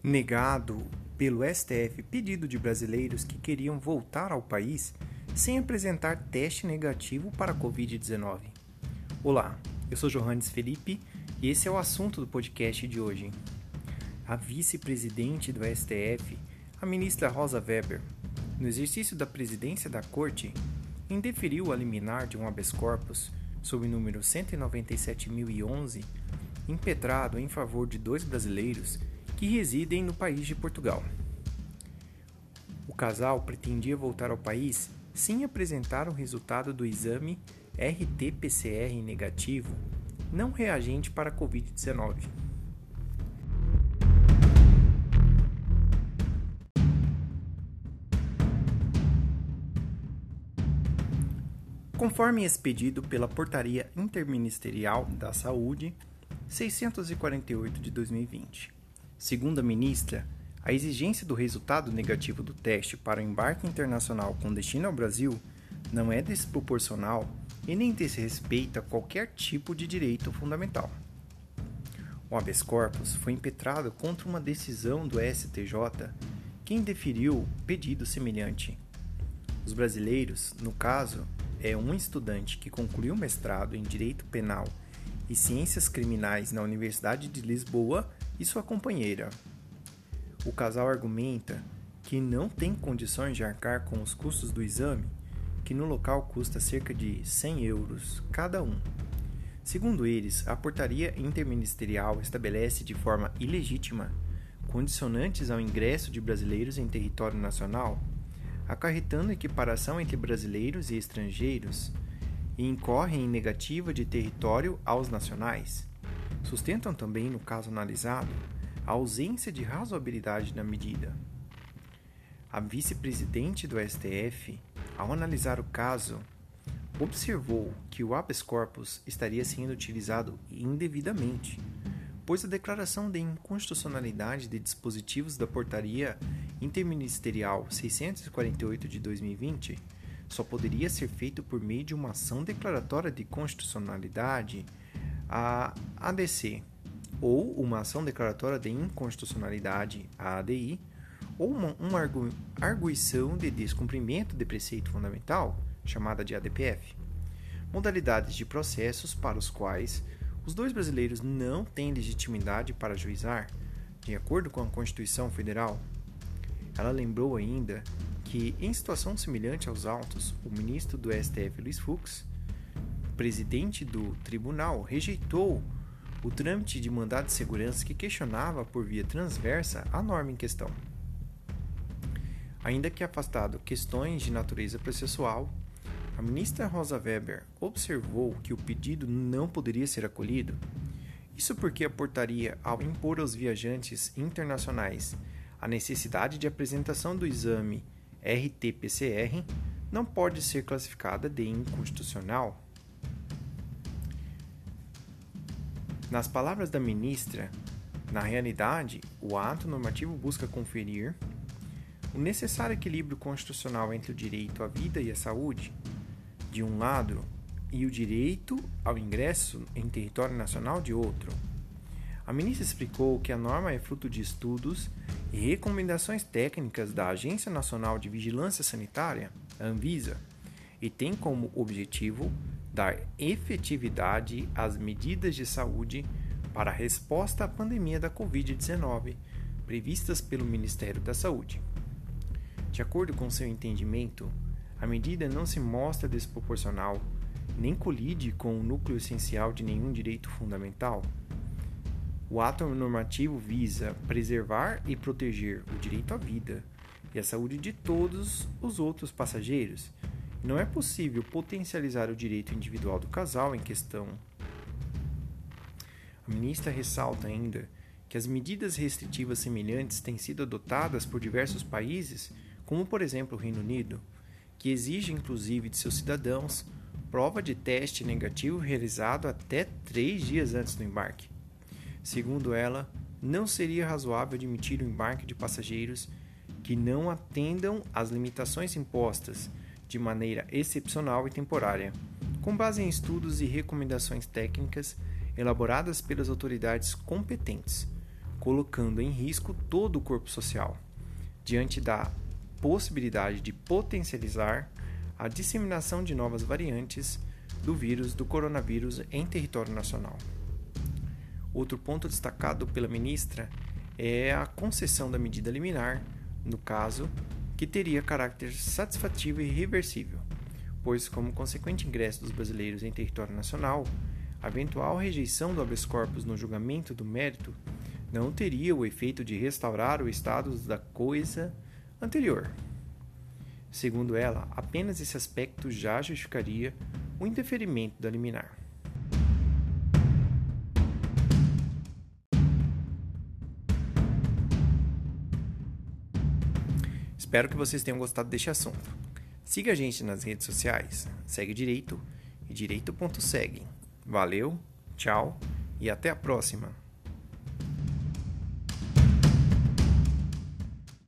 Negado pelo STF pedido de brasileiros que queriam voltar ao país sem apresentar teste negativo para a Covid-19. Olá, eu sou Johannes Felipe e esse é o assunto do podcast de hoje. A vice-presidente do STF, a ministra Rosa Weber, no exercício da presidência da Corte, indeferiu a liminar de um habeas corpus sob o número 197.011, impetrado em favor de 2 brasileiros que residem no país de Portugal. O casal pretendia voltar ao país sem apresentar o resultado do exame RT-PCR negativo, não reagente para a Covid-19. Conforme expedido pela Portaria Interministerial da Saúde 648 de 2020. Segundo a ministra, a exigência do resultado negativo do teste para o embarque internacional com destino ao Brasil não é desproporcional e nem desrespeita qualquer tipo de direito fundamental. O habeas corpus foi impetrado contra uma decisão do STJ que indeferiu pedido semelhante. Os brasileiros, no caso, é um estudante que concluiu mestrado em Direito Penal e Ciências Criminais na Universidade de Lisboa e sua companheira. O casal argumenta que não tem condições de arcar com os custos do exame, que no local custa cerca de 100 euros cada um. Segundo eles, a portaria interministerial estabelece de forma ilegítima condicionantes ao ingresso de brasileiros em território nacional, acarretando equiparação entre brasileiros e estrangeiros, e incorrem em negativa de território aos nacionais. Sustentam também, no caso analisado, a ausência de razoabilidade na medida. A vice-presidente do STF, ao analisar o caso, observou que o habeas corpus estaria sendo utilizado indevidamente, pois a declaração de inconstitucionalidade de dispositivos da Portaria Interministerial 648 de 2020 só poderia ser feito por meio de uma ação declaratória de constitucionalidade, a ADC, ou uma ação declaratória de inconstitucionalidade, a ADI, ou uma arguição de descumprimento de preceito fundamental, chamada de ADPF. Modalidades de processos para os quais os 2 brasileiros não têm legitimidade para juizar, de acordo com a Constituição Federal. Ela lembrou ainda que, em situação semelhante aos autos, o ministro do STF, Luiz Fux, presidente do tribunal, rejeitou o trâmite de mandado de segurança que questionava por via transversa a norma em questão. Ainda que afastado questões de natureza processual, a ministra Rosa Weber observou que o pedido não poderia ser acolhido, isso porque a portaria, ao impor aos viajantes internacionais a necessidade de apresentação do exame RT-PCR, não pode ser classificada de inconstitucional. Nas palavras da ministra, na realidade, o ato normativo busca conferir o necessário equilíbrio constitucional entre o direito à vida e à saúde, de um lado, e o direito ao ingresso em território nacional, de outro. A ministra explicou que a norma é fruto de estudos e recomendações técnicas da Agência Nacional de Vigilância Sanitária, a Anvisa, e tem como objetivo dar efetividade às medidas de saúde para a resposta à pandemia da Covid-19 previstas pelo Ministério da Saúde. De acordo com seu entendimento, a medida não se mostra desproporcional, nem colide com o núcleo essencial de nenhum direito fundamental. O ato normativo visa preservar e proteger o direito à vida e à saúde de todos os outros passageiros. Não é possível potencializar o direito individual do casal em questão. A ministra ressalta ainda que as medidas restritivas semelhantes têm sido adotadas por diversos países, como por exemplo o Reino Unido, que exige inclusive de seus cidadãos prova de teste negativo realizado até 3 dias antes do embarque. Segundo ela, não seria razoável admitir o embarque de passageiros que não atendam às limitações impostas de maneira excepcional e temporária, com base em estudos e recomendações técnicas elaboradas pelas autoridades competentes, colocando em risco todo o corpo social, diante da possibilidade de potencializar a disseminação de novas variantes do vírus do coronavírus em território nacional. Outro ponto destacado pela ministra é a concessão da medida liminar, no caso, que teria caráter satisfativo e reversível, pois, como consequente ingresso dos brasileiros em território nacional, a eventual rejeição do habeas corpus no julgamento do mérito não teria o efeito de restaurar o status da coisa anterior. Segundo ela, apenas esse aspecto já justificaria o indeferimento da liminar. Espero que vocês tenham gostado deste assunto. Siga a gente nas redes sociais, segue direito e direito.segue. Valeu, tchau e até a próxima!